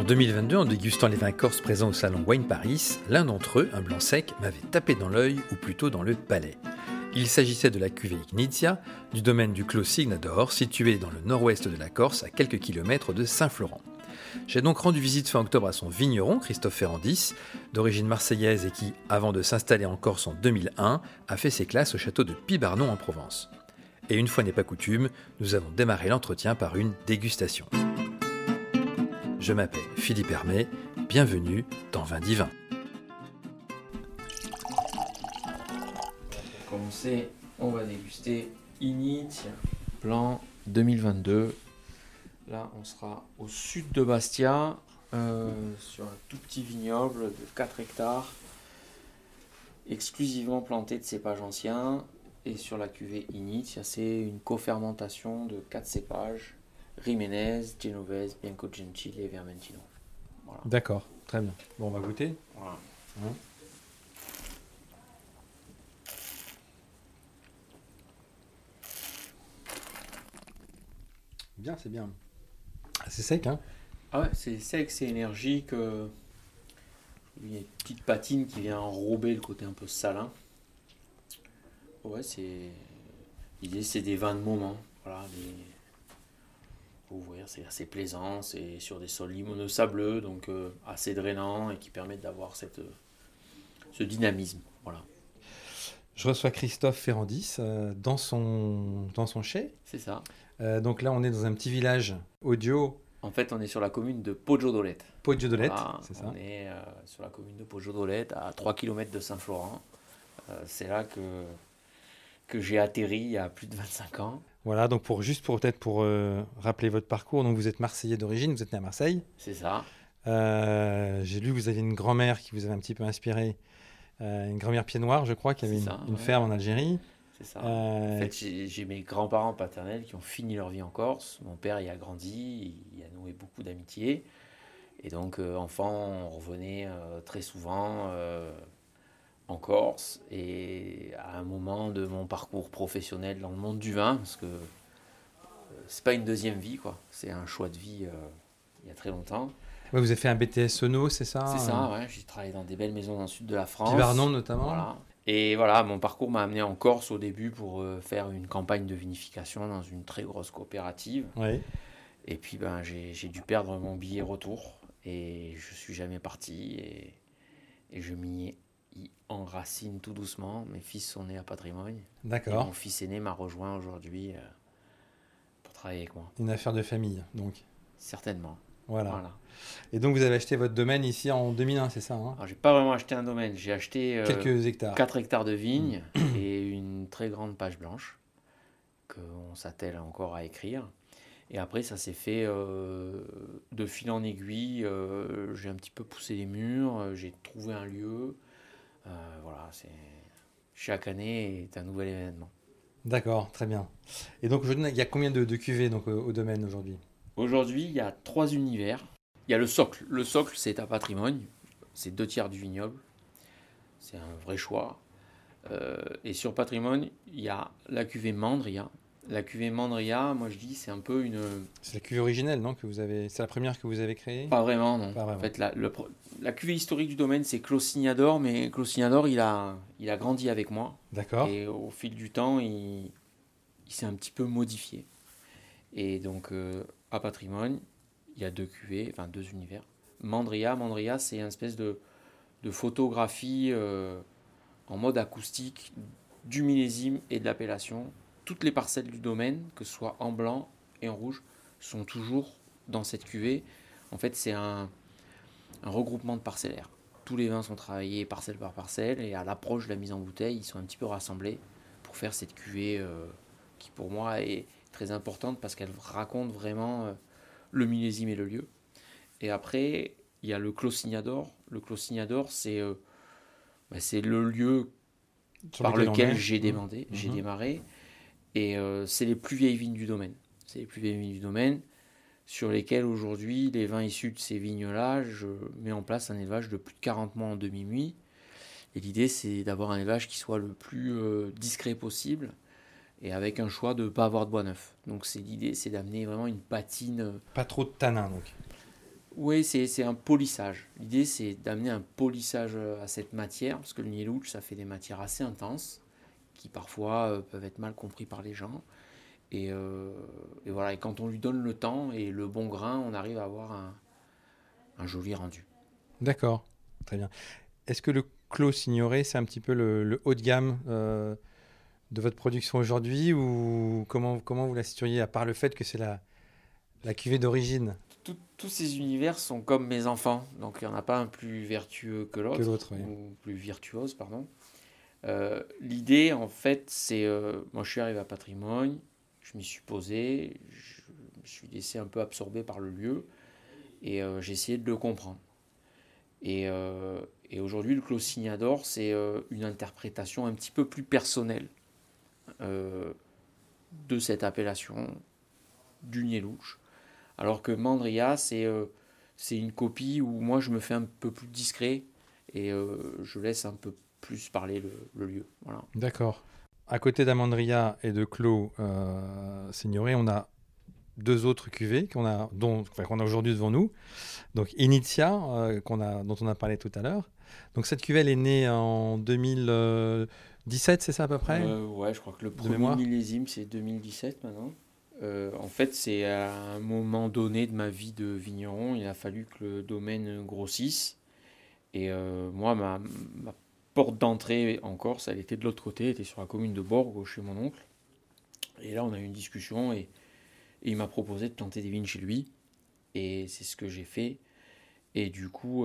2022, en dégustant les vins corses présents au salon Wine Paris, l'un d'entre eux, un blanc sec, m'avait tapé dans l'œil, ou plutôt dans le palais. Il s'agissait de la cuvée Ignizia, du domaine du Clos Signador, situé dans le nord-ouest de la Corse, à quelques kilomètres de Saint-Florent. J'ai donc rendu visite fin octobre à son vigneron, Christophe Ferrandis, d'origine marseillaise et qui, avant de s'installer en Corse en 2001, a fait ses classes au château de Pibarnon en Provence. Et une fois n'est pas coutume, nous avons démarré l'entretien par une dégustation. Je m'appelle Philippe Hermé, bienvenue dans Vin Divin. Pour commencer, on va déguster Ignizia Blanc 2022. Là, on sera au sud de Bastia, sur un tout petit vignoble de 4 hectares, exclusivement planté de cépages anciens. Et sur la cuvée Ignizia, c'est une cofermentation de 4 cépages: Riménez, Genovese, Bianco Gentile et Vermentino. Voilà. D'accord, très bien. Bon, on va goûter. Voilà. Bien, c'est bien. C'est sec, hein? Ah ouais, c'est sec, c'est énergique. Il y a une petite patine qui vient enrober le côté un peu salin. Ouais, l'idée, c'est des vins de moment. Voilà, vous voyez, c'est assez plaisant. C'est sur des sols limoneux sableux, donc assez drainant et qui permettent d'avoir ce dynamisme. Voilà. Je reçois Christophe Ferrandis dans son chai. C'est ça. Donc là, on est dans un petit village audio. En fait, on est sur la commune de Poggio-d'Olette. Poggio-d'Olette, Voilà, c'est ça. on est sur la commune de Poggio-d'Olette, à 3 km de Saint-Florent. C'est là que j'ai atterri il y a plus de 25 ans. Voilà, donc pour rappeler votre parcours, donc vous êtes Marseillais d'origine, vous êtes né à Marseille. C'est ça. J'ai lu que vous aviez une grand-mère qui vous avait un petit peu inspiré, une grand-mère pied noir, je crois, qui avait une ferme en Algérie. C'est ça. En fait, j'ai mes grands-parents paternels qui ont fini leur vie en Corse. Mon père y a grandi, il a noué beaucoup d'amitié. Et donc, enfant, on revenait très souvent en Corse. Et à un moment de mon parcours professionnel dans le monde du vin, parce que c'est pas une deuxième vie, quoi. C'est un choix de vie il y a très longtemps. Ouais, vous avez fait un BTS Sono, c'est ça? C'est ça, ouais. J'ai travaillé dans des belles maisons dans le sud de la France. Pibarnon notamment. Voilà. Et voilà, mon parcours m'a amené en Corse au début pour faire une campagne de vinification dans une très grosse coopérative. Oui. Et puis j'ai dû perdre mon billet retour et je suis jamais parti et je m'y enracine tout doucement. Mes fils sont nés à Patrimoine. D'accord. Et mon fils aîné m'a rejoint aujourd'hui pour travailler avec moi. Une affaire de famille, donc. Certainement. Voilà. Et donc vous avez acheté votre domaine ici en 2001, c'est ça, hein? Alors j'ai pas vraiment acheté un domaine, j'ai acheté quelques hectares. 4 hectares de vignes et une très grande page blanche qu'on s'attelle encore à écrire. Et après ça s'est fait de fil en aiguille, j'ai un petit peu poussé les murs, j'ai trouvé un lieu. Voilà, chaque année est un nouvel événement. D'accord, très bien. Et donc aujourd'hui, il y a combien de cuvées donc, au domaine aujourd'hui? Aujourd'hui, il y a 3 univers. Il y a le socle. Le socle, c'est à Patrimoine. C'est 2 tiers du vignoble. C'est un vrai choix. Et sur Patrimoine, il y a la cuvée Mandria. La cuvée Mandria, moi je dis, c'est un peu une... C'est la cuvée originelle, non, que vous avez... C'est la première que vous avez créée? Pas vraiment, non. Pas vraiment. En fait, la cuvée historique du domaine, c'est Clos Signador, mais Clos Signador, il a grandi avec moi. D'accord. Et au fil du temps, il s'est un petit peu modifié. Et donc, à Patrimoine, il y a 2 cuvées, enfin 2 univers. Mandria, c'est une espèce de photographie en mode acoustique du millésime et de l'appellation. Toutes les parcelles du domaine, que ce soit en blanc et en rouge, sont toujours dans cette cuvée. En fait, c'est un regroupement de parcellaires. Tous les vins sont travaillés parcelle par parcelle et à l'approche de la mise en bouteille, ils sont un petit peu rassemblés pour faire cette cuvée qui, pour moi, est très importante parce qu'elle raconte vraiment le millésime et le lieu. Et après, il y a le Clos Signador. Le Clos Signador, c'est le lieu par lequel j'ai démarré. Et c'est les plus vieilles vignes du domaine. C'est les plus vieilles vignes du domaine sur lesquelles aujourd'hui, les vins issus de ces vignes-là, je mets en place un élevage de plus de 40 mois en demi-muit. Et l'idée, c'est d'avoir un élevage qui soit le plus discret possible et avec un choix de ne pas avoir de bois neuf. Donc l'idée, c'est d'amener vraiment une patine... Pas trop de tanin, donc. Oui, c'est un polissage. L'idée, c'est d'amener un polissage à cette matière, parce que le Nielouch, ça fait des matières assez intenses, qui parfois peuvent être mal compris par les gens. Et voilà, et quand on lui donne le temps et le bon grain, on arrive à avoir un joli rendu. D'accord, très bien. Est-ce que le Clos Signoret, c'est un petit peu le haut de gamme de votre production aujourd'hui ou comment vous la situeriez, à part le fait que c'est la cuvée d'origine Tous ces univers sont comme mes enfants, donc il n'y en a pas un plus vertueux que que l'autre, l'autre? Oui. ou plus virtuose, pardon. L'idée, en fait, c'est... moi, je suis arrivé à Patrimoine, je m'y suis posé, je me suis laissé un peu absorber par le lieu, et j'ai essayé de le comprendre. Et aujourd'hui, le Clos Signador, c'est une interprétation un petit peu plus personnelle euh, de cette appellation du Nielouch. Alors que Mandria, c'est une copie où moi, je me fais un peu plus discret et je laisse un peu plus parler le lieu. Voilà. D'accord. À côté d'Amandria et de Clos Signoret, on a deux autres cuvées qu'on a aujourd'hui devant nous. Donc Initia, dont on a parlé tout à l'heure. Donc cette cuvée, elle est née en 2017, c'est ça à peu près, Ouais, je crois que le de premier mémoire? millésime, c'est 2017 maintenant. En fait, c'est à un moment donné de ma vie de vigneron, il a fallu que le domaine grossisse. Et moi, ma porte d'entrée en Corse, elle était de l'autre côté, elle était sur la commune de Borgo, chez mon oncle. Et là, on a eu une discussion et il m'a proposé de planter des vignes chez lui. Et c'est ce que j'ai fait. Et du coup,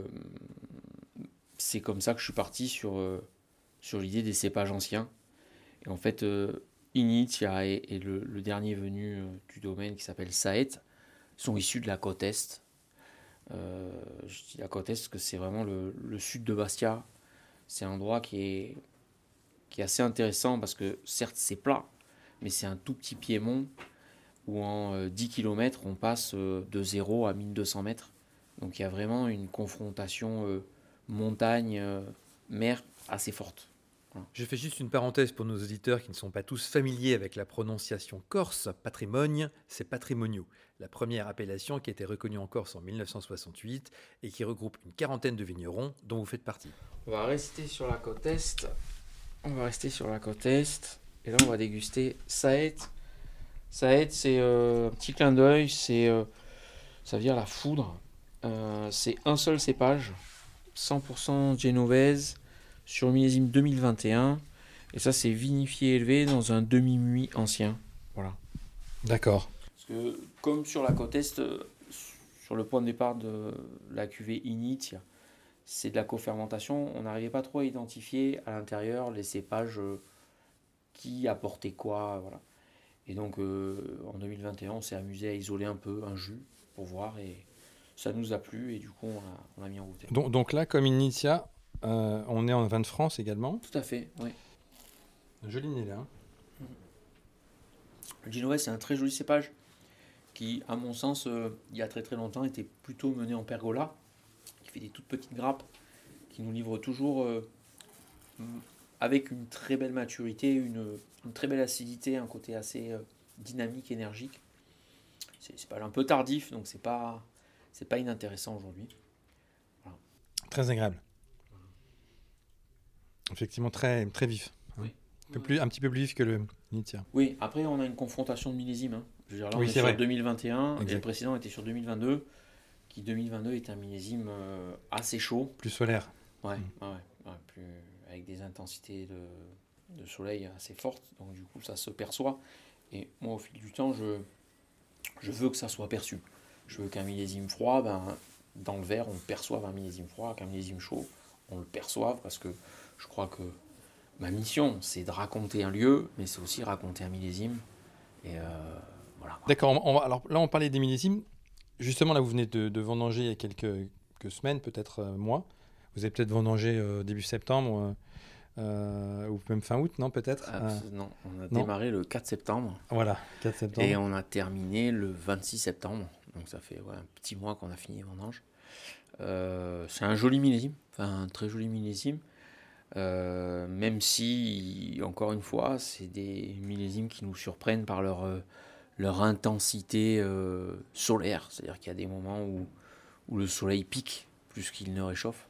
c'est comme ça que je suis parti sur l'idée des cépages anciens. Et en fait, Initia et le dernier venu du domaine qui s'appelle Saet sont issus de la côte Est. Je dis la côte Est parce que c'est vraiment le sud de Bastia. C'est un endroit qui est assez intéressant parce que certes c'est plat, mais c'est un tout petit piémont où en 10 km on passe de 0 à 1200 mètres. Donc il y a vraiment une confrontation montagne-mer assez forte. Voilà. Je fais juste une parenthèse pour nos auditeurs qui ne sont pas tous familiers avec la prononciation corse. Patrimoine, c'est patrimonio, la première appellation qui a été reconnue en Corse en 1968 et qui regroupe une quarantaine de vignerons dont vous faites partie. On va rester sur la côte Est. On va rester sur la côte Est. Et là on va déguster Saet. Saet, c'est un petit clin d'œil, ça veut dire la foudre. C'est un seul cépage, 100% génovaise, sur millésime 2021. Et ça, c'est vinifié et élevé dans un demi-muit ancien. Voilà. D'accord. Parce que, comme sur la côte Est, sur le point de départ de la cuvée Init, c'est de la cofermentation. On n'arrivait pas trop à identifier à l'intérieur les cépages qui apportaient quoi. Voilà. Et donc, en 2021, on s'est amusé à isoler un peu un jus pour voir. Et ça nous a plu. Et du coup, on a mis en bouteille. Donc là, comme Initia, on est en vin de France également. Tout à fait, oui. Un joli nez là. Hein. Le Genovese, c'est un très joli cépage qui, à mon sens, il y a très très longtemps, était plutôt mené en pergola, qui fait des toutes petites grappes, qui nous livre toujours avec une très belle maturité, une très belle acidité, un côté assez dynamique, énergique. C'est pas un peu tardif, donc c'est pas inintéressant aujourd'hui. Voilà. Très agréable. Effectivement, très, très vif. Hein. Oui. Un petit peu plus vif que le Initia. Oui, après on a une confrontation de millésime. Hein. Je veux dire, là, Oui, on est c'est sur vrai. 2021 Exact. et le précédent était sur 2022, qui 2022 est un millésime assez chaud. Plus solaire. Ouais, ouais, plus, avec des intensités de soleil assez fortes, donc du coup ça se perçoit. Et moi au fil du temps, je veux que ça soit perçu. Je veux qu'un millésime froid, dans le verre, on perçoive un millésime froid, qu'un millésime chaud, on le perçoive, parce que je crois que ma mission, c'est de raconter un lieu, mais c'est aussi raconter un millésime. Et voilà. D'accord. Alors là, on parlait des millésimes. Justement, là, vous venez de vendanger il y a quelques semaines, peut-être mois. Vous avez peut-être vendangé début septembre ou même fin août, non, peut-être Non, on a non. démarré le 4 septembre. Voilà, 4 septembre. Et on a terminé le 26 septembre. Donc ça fait un petit mois qu'on a fini les vendanges. C'est un joli millésime, enfin un très joli millésime. Même si, encore une fois, c'est des millésimes qui nous surprennent par leur intensité solaire. C'est-à-dire qu'il y a des moments où où le soleil pique plus qu'il ne réchauffe.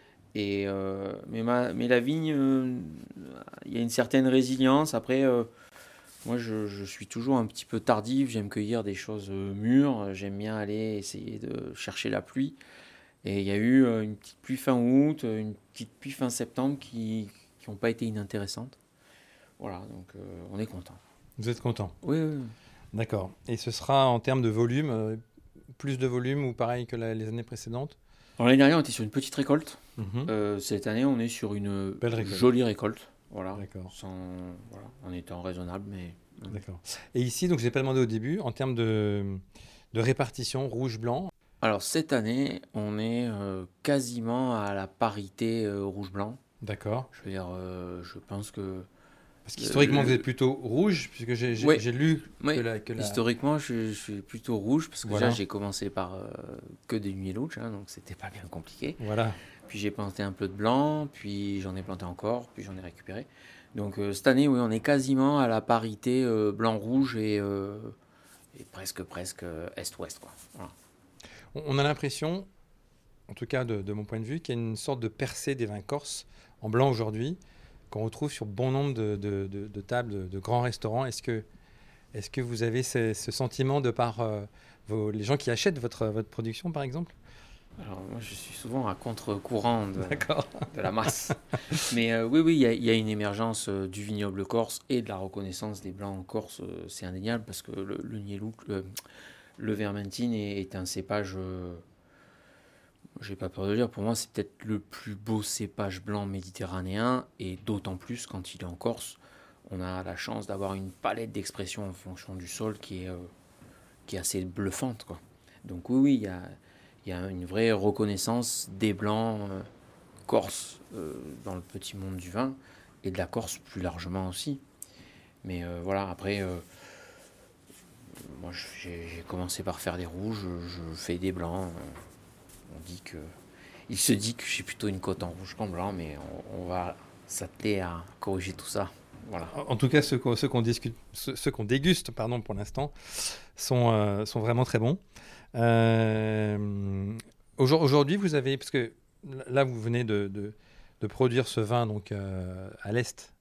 Mais la vigne, il y a une certaine résilience. Après, moi, je suis toujours un petit peu tardif. J'aime cueillir des choses mûres. J'aime bien aller essayer de chercher la pluie. Et il y a eu une petite pluie fin août, une petite pluie fin septembre qui n'ont pas été inintéressantes. Voilà, donc on est content. Vous êtes content? Oui, oui. D'accord. Et ce sera en termes de volume, plus de volume ou pareil que les années précédentes? Alors, l'année dernière, on était sur une petite récolte. Mhm. Cette année, on est sur une Belle récolte. jolie récolte. Voilà, D'accord. voilà, en étant raisonnable, mais... D'accord. Et ici, donc je n'ai pas demandé au début, en termes de répartition rouge-blanc. Alors cette année, on est quasiment à la parité rouge-blanc. D'accord. Je veux dire, je pense que... Parce qu'historiquement, vous êtes plutôt rouge, puisque Oui. j'ai lu Oui. que la... Historiquement, je suis plutôt rouge, parce que Voilà. déjà, j'ai commencé par que des mielouches, hein, donc c'était pas bien compliqué. Voilà. Puis j'ai planté un peu de blanc, puis j'en ai planté encore, puis j'en ai récupéré. Donc cette année, oui, on est quasiment à la parité blanc-rouge et presque est-ouest, quoi. Voilà. On a l'impression, en tout cas de mon point de vue, qu'il y a une sorte de percée des vins corses en blanc aujourd'hui, qu'on retrouve sur bon nombre de tables, de grands restaurants. Est-ce que vous avez ce sentiment de par les gens qui achètent votre production, par exemple? Alors moi, je suis souvent à contre-courant D'accord. de la masse. Mais oui, il y a une émergence du vignoble corse et de la reconnaissance des blancs en Corse. C'est indéniable parce que le Nielouk, le Vermentine est un cépage, j'ai pas peur de le dire, pour moi c'est peut-être le plus beau cépage blanc méditerranéen, et d'autant plus quand il est en Corse. On a la chance d'avoir une palette d'expression en fonction du sol qui est assez bluffante, quoi. Donc oui, il y a une vraie reconnaissance des blancs corses dans le petit monde du vin, et de la Corse plus largement aussi. Mais voilà, après, moi j'ai commencé par faire des rouges, je fais des blancs. Il se dit que j'ai plutôt une cote en rouge qu'en blanc, mais on va s'atteler à corriger tout ça. Voilà. En tout cas, ceux qu'on déguste, pardon, pour l'instant, sont vraiment très bons. Aujourd'hui, vous avez, parce que là, vous venez de produire ce vin donc à l'est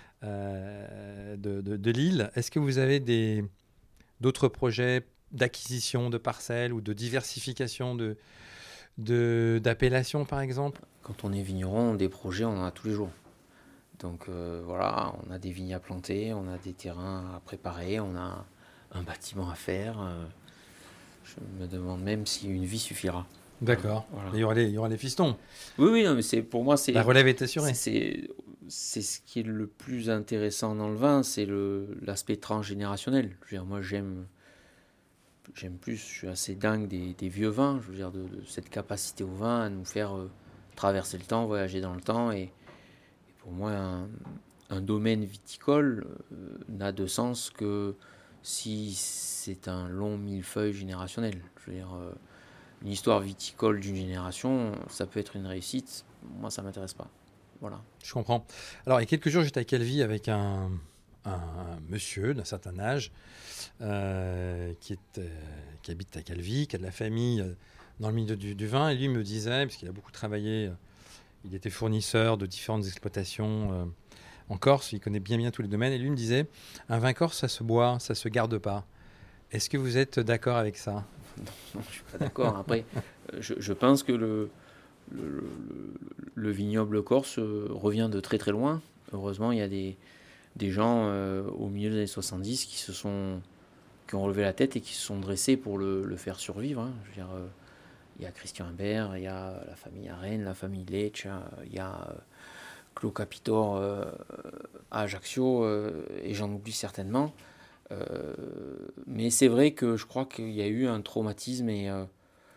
de l'île. Est-ce que vous avez d'autres projets d'acquisition de parcelles ou de diversification d'appellations, par exemple? Quand on est vigneron, des projets, on en a tous les jours. Donc voilà, on a des vignes à planter, on a des terrains à préparer, on a un bâtiment à faire. Je me demande même si une vie suffira. D'accord. Voilà. Il y aura les fistons. Oui, non, mais pour moi, la relève est assurée. C'est ce qui est le plus intéressant dans le vin, c'est l'aspect transgénérationnel. Je veux dire, moi, j'aime plus, je suis assez dingue des vieux vins, je veux dire, de cette capacité au vin à nous faire traverser le temps, voyager dans le temps. Et pour moi, un domaine viticole n'a de sens que si c'est un long millefeuille générationnel. Je veux dire, une histoire viticole d'une génération, ça peut être une réussite. Moi, ça ne m'intéresse pas. Voilà. Je comprends. Alors, il y a quelques jours, j'étais à Calvi avec un monsieur d'un certain âge qui habite à Calvi, qui a de la famille dans le milieu du vin. Et lui me disait, parce qu'il a beaucoup travaillé, il était fournisseur de différentes exploitations en Corse, il connaît bien tous les domaines. Et lui me disait, un vin corse, ça se boit, ça se garde pas. Est-ce que vous êtes d'accord avec ça? Non, je ne suis pas d'accord. Après, je pense que le vignoble corse revient de très très loin. Heureusement, il y a des gens au milieu des années 70 qui ont relevé la tête et qui se sont dressés pour le faire survivre. Hein. Je veux dire, il y a Christian Imbert, il y a la famille Arène, la famille Lecce, il y a Clos Capitor à Ajaccio, et j'en oublie certainement. Mais c'est vrai que je crois qu'il y a eu un traumatisme et à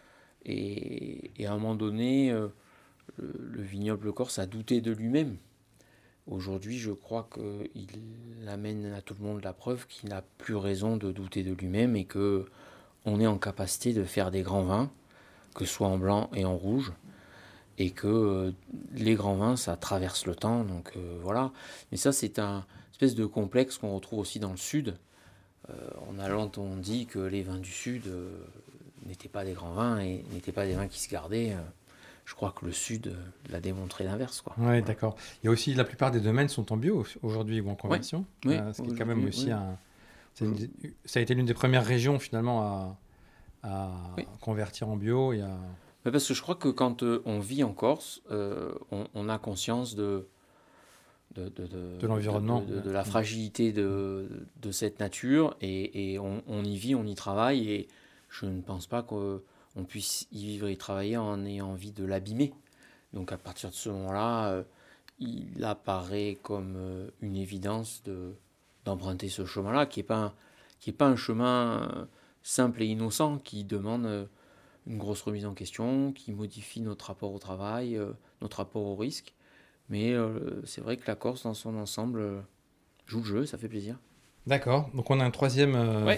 un moment donné, le vignoble corse a douté de lui-même. Aujourd'hui, je crois qu'il amène à tout le monde la preuve qu'il n'a plus raison de douter de lui-même et qu'on est en capacité de faire des grands vins, que ce soit en blanc et en rouge, et que les grands vins, ça traverse le temps. Donc voilà. Mais ça, c'est un espèce de complexe qu'on retrouve aussi dans le sud. On a longtemps dit que les vins du sud n'étaient pas des grands vins et n'étaient pas des vins qui se gardaient. Je crois que le Sud l'a démontré l'inverse, quoi. Oui, d'accord. Il y a aussi, la plupart des domaines sont en bio aujourd'hui ou en conversion. Oui, Ce qui est quand même aussi oui. ça a été l'une des premières régions finalement à convertir en bio. Parce que je crois que quand on vit en Corse, on a conscience de l'environnement. de la fragilité de cette nature et on y vit, on y travaille et je ne pense pas qu'on puisse y vivre et y travailler en ayant envie de l'abîmer. Donc à partir de ce moment-là, il apparaît comme une évidence d'emprunter ce chemin-là, qui est pas un chemin simple et innocent, qui demande une grosse remise en question, qui modifie notre rapport au travail, notre rapport au risque. Mais c'est vrai que la Corse, dans son ensemble, joue le jeu, ça fait plaisir. D'accord. Donc on a un troisième vin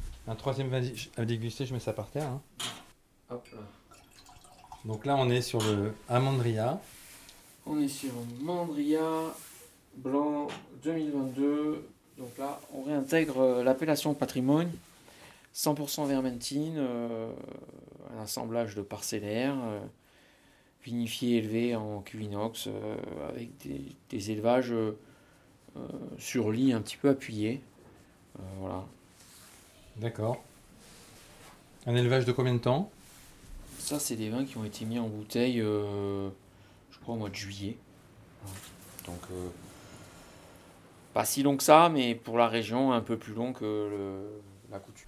à déguster. Je mets ça par terre. Hein. Hop là. Donc là, on est sur le Amandria. On est sur Mandria blanc 2022. Donc là, on réintègre l'appellation patrimoine. 100% vermentine, un assemblage de parcellaires, vinifié élevé en cuve inox, avec des élevages sur lit un petit peu appuyés. Voilà. D'accord. Un élevage de combien de temps ? Ça, c'est des vins qui ont été mis en bouteille, je crois, au mois de juillet. Voilà. Donc, pas si long que ça, mais pour la région, un peu plus long que la coutume.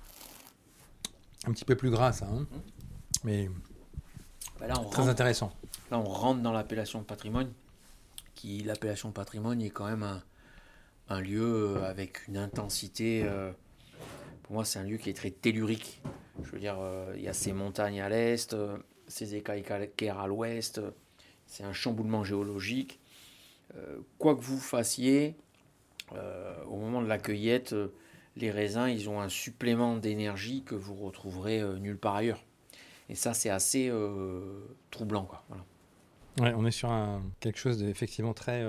Un petit peu plus gras, ça. Hein. Mais là, très intéressant. Là, on rentre dans l'appellation patrimoine. L'appellation patrimoine est quand même un lieu avec une intensité. Pour moi, c'est un lieu qui est très tellurique. Je veux dire, il y a ces montagnes à l'est, ces écailles calcaires à l'ouest. C'est un chamboulement géologique. Quoi que vous fassiez, au moment de la cueillette, les raisins, ils ont un supplément d'énergie que vous retrouverez nulle part ailleurs. Et ça, c'est assez troublant, quoi. Voilà. Ouais, on est sur quelque chose d'effectivement très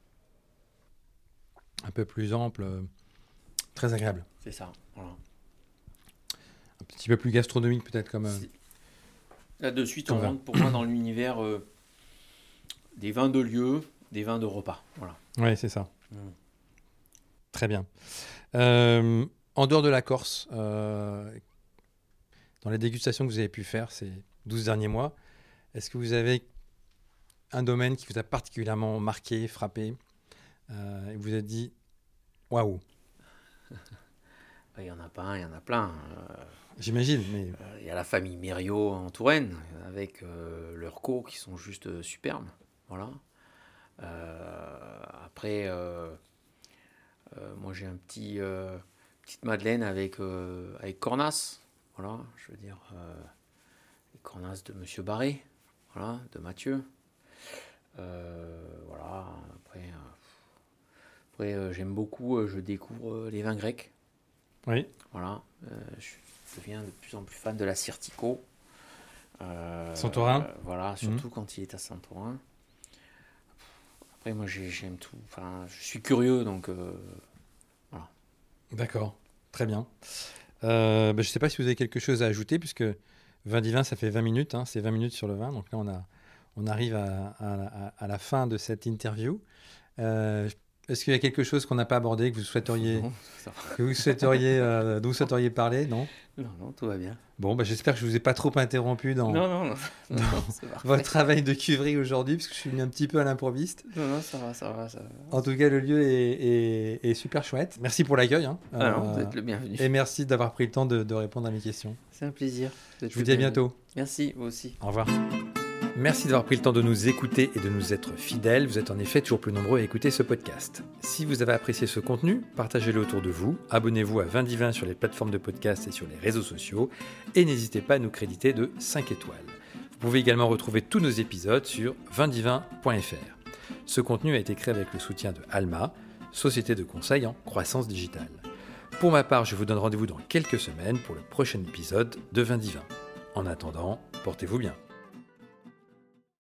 un peu plus ample, très agréable. C'est ça, voilà. Un petit peu plus gastronomique peut-être comme... Là, de suite, on rentre pour moi dans l'univers des vins de lieu, des vins de repas. Voilà. Oui, c'est ça. Très bien. En dehors de la Corse, dans les dégustations que vous avez pu faire ces 12 derniers mois, est-ce que vous avez un domaine qui vous a particulièrement marqué, frappé, et vous avez dit « Waouh ». Il n'y en a pas un, il y en a plein. J'imagine, mais... Il y a la famille Mériot en Touraine, avec leurs co qui sont juste superbes. Voilà. Après, moi j'ai petite madeleine avec Cornas. Voilà, je veux dire, les Cornas de Monsieur Barré, voilà, de Mathieu. Voilà, après j'aime beaucoup, je découvre les vins grecs. Oui. Voilà, je deviens de plus en plus fan de la Sirtico. Santorin. Voilà, surtout quand il est à Santorin. Après, moi, j'aime tout. Enfin, je suis curieux, donc voilà. D'accord, très bien. Je ne sais pas si vous avez quelque chose à ajouter, puisque Vin Divin, ça fait 20 minutes. Hein, c'est 20 minutes sur le vin. Donc là, on arrive à la fin de cette interview. Est-ce qu'il y a quelque chose qu'on n'a pas abordé, que vous souhaiteriez, dont vous souhaiteriez parler ? Non, tout va bien. Bon, j'espère que je ne vous ai pas trop interrompu dans votre travail de cuverie aujourd'hui, parce que je suis venu un petit peu à l'improviste. Non, ça va. En tout cas, le lieu est super chouette. Merci pour l'accueil. Hein. Vous êtes le bienvenu. Et merci d'avoir pris le temps de répondre à mes questions. C'est un plaisir. Je vous dis à bientôt. Merci, vous aussi. Au revoir. Merci d'avoir pris le temps de nous écouter et de nous être fidèles. Vous êtes en effet toujours plus nombreux à écouter ce podcast. Si vous avez apprécié ce contenu, partagez-le autour de vous. Abonnez-vous à Vin Divin sur les plateformes de podcast et sur les réseaux sociaux. Et n'hésitez pas à nous créditer de 5 étoiles. Vous pouvez également retrouver tous nos épisodes sur vindivin.fr. Ce contenu a été créé avec le soutien de Alma, société de conseil en croissance digitale. Pour ma part, je vous donne rendez-vous dans quelques semaines pour le prochain épisode de Vin Divin. En attendant, portez-vous bien.